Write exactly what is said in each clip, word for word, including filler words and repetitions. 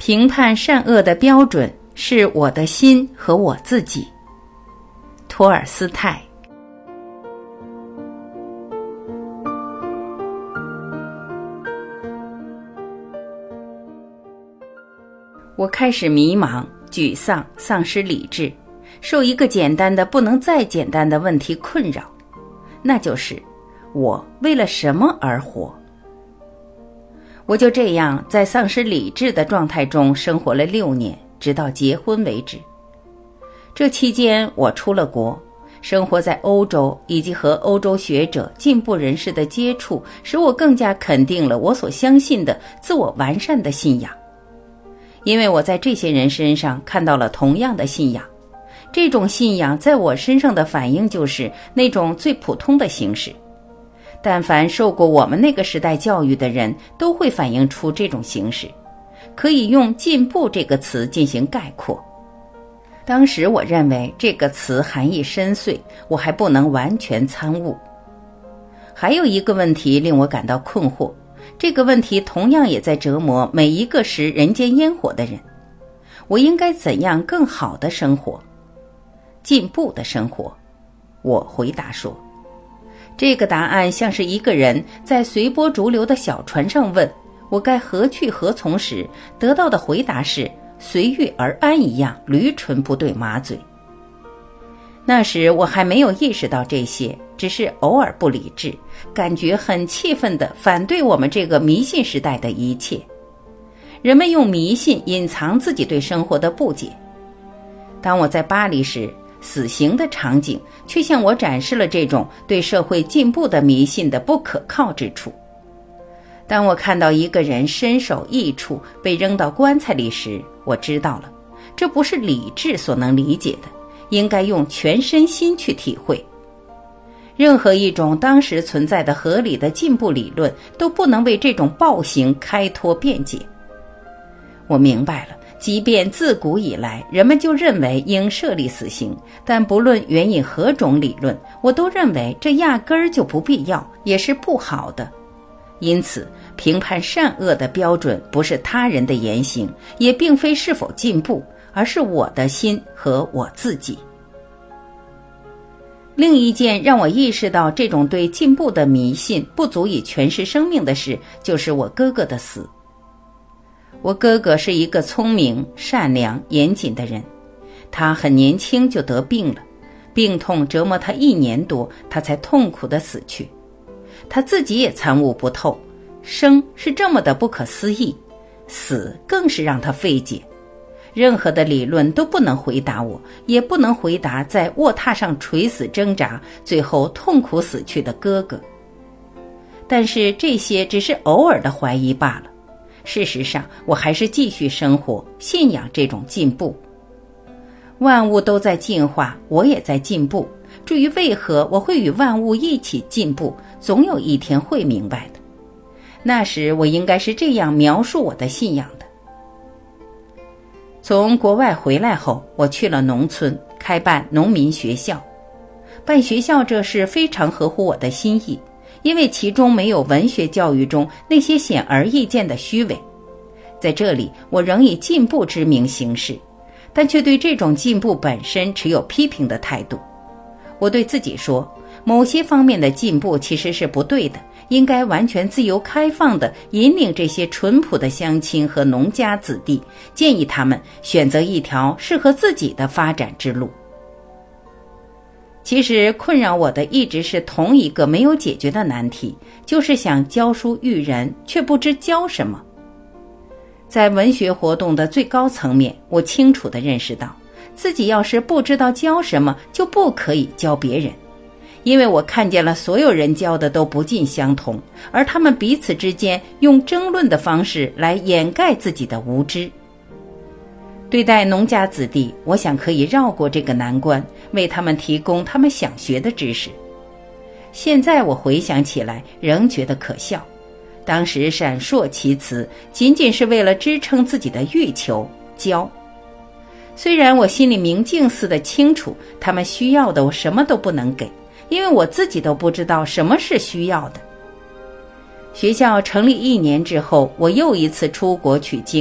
评判善恶的标准是我的心和我自己。托尔斯泰。我开始迷茫、沮丧、丧失理智，受一个简单的不能再简单的问题困扰，那就是我为了什么而活？我就这样在丧失理智的状态中生活了六年，直到结婚为止。这期间我出了国，生活在欧洲，以及和欧洲学者、进步人士的接触，使我更加肯定了我所相信的自我完善的信仰。因为我在这些人身上看到了同样的信仰，这种信仰在我身上的反应就是那种最普通的形式。但凡受过我们那个时代教育的人，都会反映出这种形式，可以用进步这个词进行概括。当时我认为这个词含义深邃，我还不能完全参悟。还有一个问题令我感到困惑，这个问题同样也在折磨每一个食人间烟火的人。我应该怎样更好的生活？进步的生活？我回答说，这个答案像是一个人在随波逐流的小船上问我该何去何从时，得到的回答是随遇而安一样驴唇不对马嘴。那时我还没有意识到这些，只是偶尔不理智，感觉很气愤地反对我们这个迷信时代的一切。人们用迷信隐藏自己对生活的不解。当我在巴黎时，死刑的场景却向我展示了这种对社会进步的迷信的不可靠之处。当我看到一个人身首异处被扔到棺材里时，我知道了，这不是理智所能理解的，应该用全身心去体会。任何一种当时存在的合理的进步理论都不能为这种暴行开脱辩解。我明白了，即便自古以来人们就认为应设立死刑，但不论援引何种理论，我都认为这压根儿就不必要，也是不好的。因此评判善恶的标准不是他人的言行，也并非是否进步，而是我的心和我自己。另一件让我意识到这种对进步的迷信不足以诠释生命的事，就是我哥哥的死。我哥哥是一个聪明、善良、严谨的人，他很年轻就得病了，病痛折磨他一年多，他才痛苦地死去。他自己也参悟不透，生是这么的不可思议，死更是让他费解。任何的理论都不能回答我，也不能回答在卧榻上垂死挣扎，最后痛苦死去的哥哥。但是这些只是偶尔的怀疑罢了。事实上，我还是继续生活，信仰这种进步。万物都在进化，我也在进步。至于为何我会与万物一起进步，总有一天会明白的。那时我应该是这样描述我的信仰的。从国外回来后，我去了农村，开办农民学校。办学校这事非常合乎我的心意，因为其中没有文学教育中那些显而易见的虚伪。在这里，我仍以进步之名行事，但却对这种进步本身持有批评的态度。我对自己说，某些方面的进步其实是不对的，应该完全自由开放地引领这些淳朴的乡亲和农家子弟，建议他们选择一条适合自己的发展之路。其实困扰我的一直是同一个没有解决的难题，就是想教书育人，却不知教什么。在文学活动的最高层面，我清楚地认识到，自己要是不知道教什么，就不可以教别人。因为我看见了所有人教的都不尽相同，而他们彼此之间用争论的方式来掩盖自己的无知。对待农家子弟，我想可以绕过这个难关，为他们提供他们想学的知识。现在我回想起来，仍觉得可笑。当时闪烁其词，仅仅是为了支撑自己的欲求，教。虽然我心里明镜似的清楚，他们需要的我什么都不能给，因为我自己都不知道什么是需要的。学校成立一年之后，我又一次出国取经，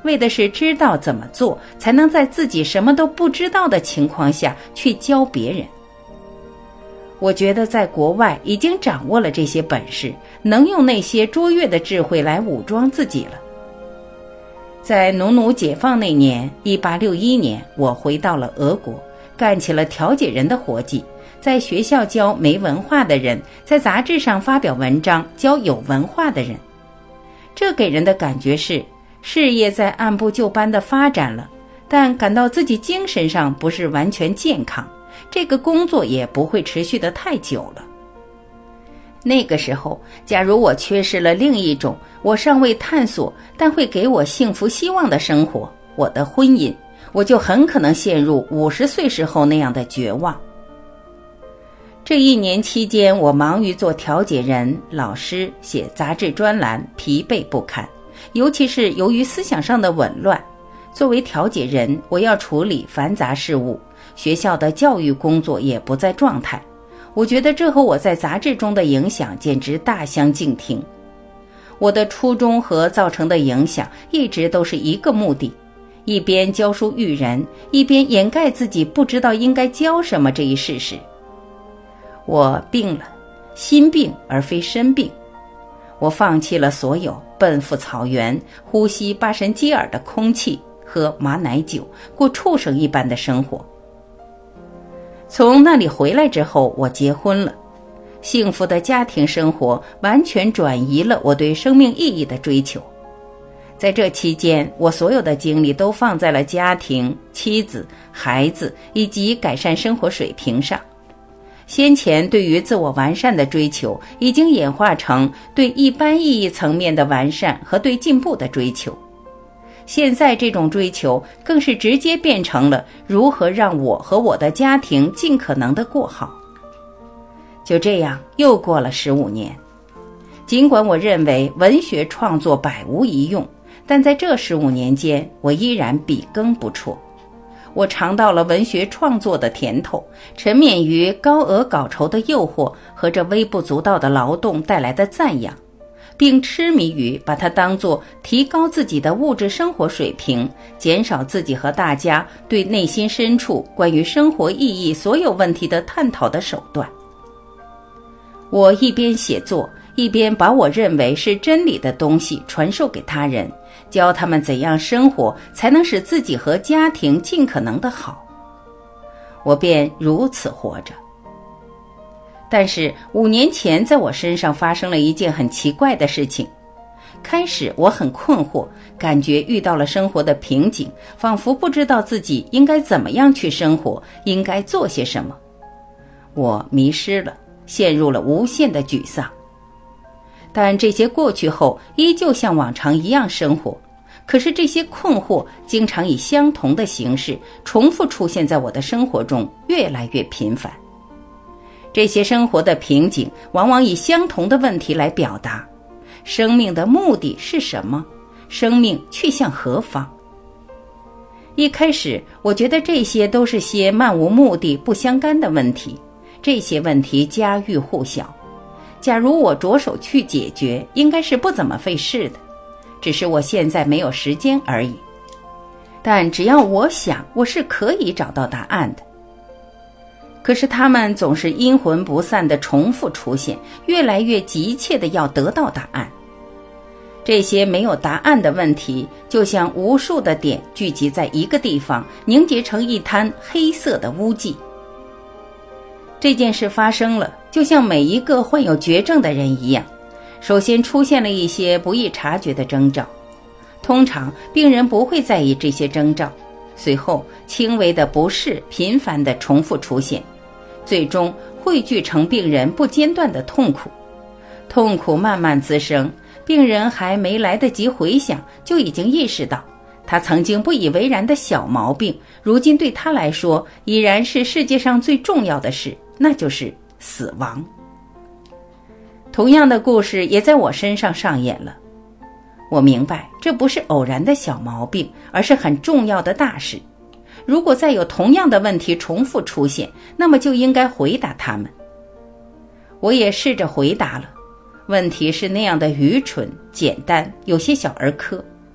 为的是知道怎么做，才能在自己什么都不知道的情况下去教别人。我觉得在国外已经掌握了这些本事，能用那些卓越的智慧来武装自己了。在农奴解放那年一八六一年，我回到了俄国，干起了调解人的活计，在学校教没文化的人，在杂志上发表文章教有文化的人。这给人的感觉是事业在按部就班地发展了，但感到自己精神上不是完全健康，这个工作也不会持续得太久了。那个时候，假如我缺失了另一种我尚未探索但会给我幸福希望的生活，我的婚姻，我就很可能陷入五十岁时候那样的绝望。这一年期间，我忙于做调解人、老师，写杂志专栏，疲惫不堪，尤其是由于思想上的紊乱。作为调解人，我要处理繁杂事务，学校的教育工作也不在状态。我觉得这和我在杂志中的影响简直大相径庭。我的初衷和造成的影响一直都是一个目的，一边教书育人，一边掩盖自己不知道应该教什么这一事实。我病了，心病而非身病。我放弃了所有，奔赴草原，呼吸巴神基尔的空气，喝马奶酒，过畜生一般的生活。从那里回来之后，我结婚了。幸福的家庭生活完全转移了我对生命意义的追求。在这期间，我所有的精力都放在了家庭、妻子、孩子以及改善生活水平上。先前对于自我完善的追求已经演化成对一般意义层面的完善和对进步的追求。现在这种追求更是直接变成了如何让我和我的家庭尽可能的过好。就这样又过了十五年，尽管我认为文学创作百无一用，但在这十五年间，我依然笔耕不辍。我尝到了文学创作的甜头，沉湎于高额稿酬的诱惑和这微不足道的劳动带来的赞扬，并痴迷于把它当作提高自己的物质生活水平，减少自己和大家对内心深处关于生活意义所有问题的探讨的手段。我一边写作，一边把我认为是真理的东西传授给他人，教他们怎样生活才能使自己和家庭尽可能的好。我便如此活着。但是五年前在我身上发生了一件很奇怪的事情。开始我很困惑，感觉遇到了生活的瓶颈，仿佛不知道自己应该怎么样去生活，应该做些什么。我迷失了，陷入了无限的沮丧。但这些过去后，依旧像往常一样生活。可是这些困惑经常以相同的形式重复出现在我的生活中，越来越频繁。这些生活的瓶颈往往以相同的问题来表达：生命的目的是什么？生命去向何方？一开始我觉得这些都是些漫无目的不相干的问题，这些问题家喻户晓，假如我着手去解决，应该是不怎么费事的，只是我现在没有时间而已。但只要我想，我是可以找到答案的。可是他们总是阴魂不散地重复出现，越来越急切地要得到答案。这些没有答案的问题，就像无数的点聚集在一个地方，凝结成一滩黑色的污迹。这件事发生了，就像每一个患有绝症的人一样，首先出现了一些不易察觉的征兆，通常病人不会在意这些征兆，随后轻微的不适频繁地重复出现，最终汇聚成病人不间断的痛苦。痛苦慢慢滋生，病人还没来得及回想，就已经意识到他曾经不以为然的小毛病，如今对他来说已然是世界上最重要的事，那就是死亡。同样的故事也在我身上上演了。我明白这不是偶然的小毛病，而是很重要的大事。如果再有同样的问题重复出现，那么就应该回答他们。我也试着回答了，问题是那样的愚蠢、简单，有些小儿科。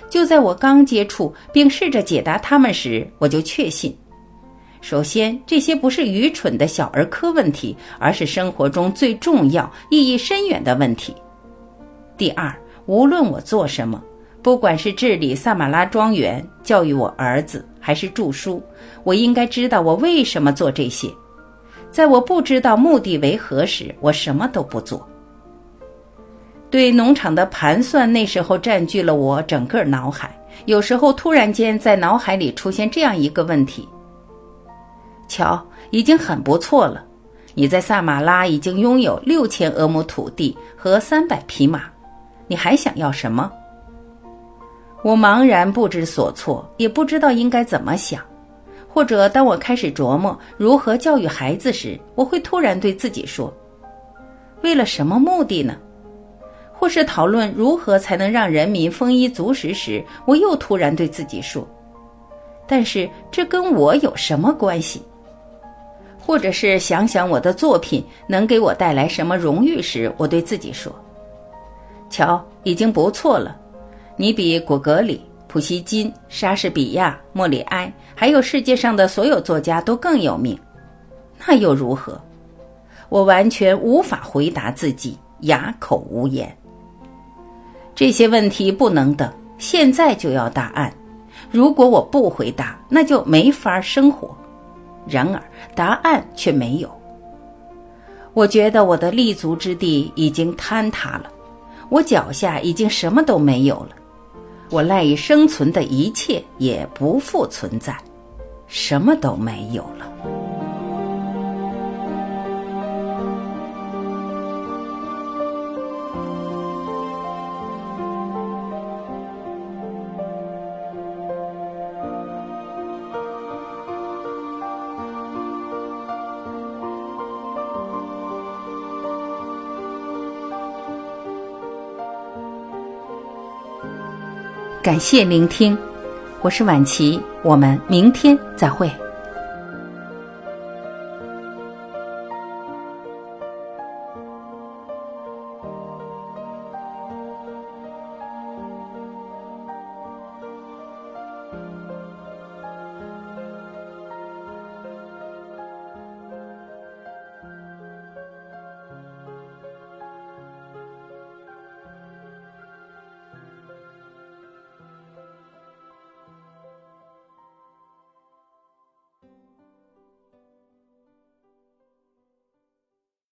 就在我刚接触并试着解答它们时，我就确信，首先，这些不是愚蠢的小儿科问题，而是生活中最重要、意义深远的问题。第二，无论我做什么，不管是治理萨马拉庄园、教育我儿子，还是著书，我应该知道我为什么做这些。在我不知道目的为何时，我什么都不做。对农场的盘算那时候占据了我整个脑海，有时候突然间在脑海里出现这样一个问题：瞧，已经很不错了，你在萨马拉已经拥有六千俄亩土地和三百匹马，你还想要什么？我茫然不知所措，也不知道应该怎么想。或者当我开始琢磨如何教育孩子时，我会突然对自己说，为了什么目的呢？或是讨论如何才能让人民丰衣足食时，我又突然对自己说，但是这跟我有什么关系？或者是想想我的作品能给我带来什么荣誉时，我对自己说，瞧，已经不错了，你比果戈里、普希金、莎士比亚、莫里埃，还有世界上的所有作家都更有名，那又如何？我完全无法回答自己，哑口无言。这些问题不能等，现在就要答案。如果我不回答，那就没法生活。然而，答案却没有。我觉得我的立足之地已经坍塌了，我脚下已经什么都没有了。我赖以生存的一切也不复存在，什么都没有了。感谢聆听，我是婉琪，我们明天再会。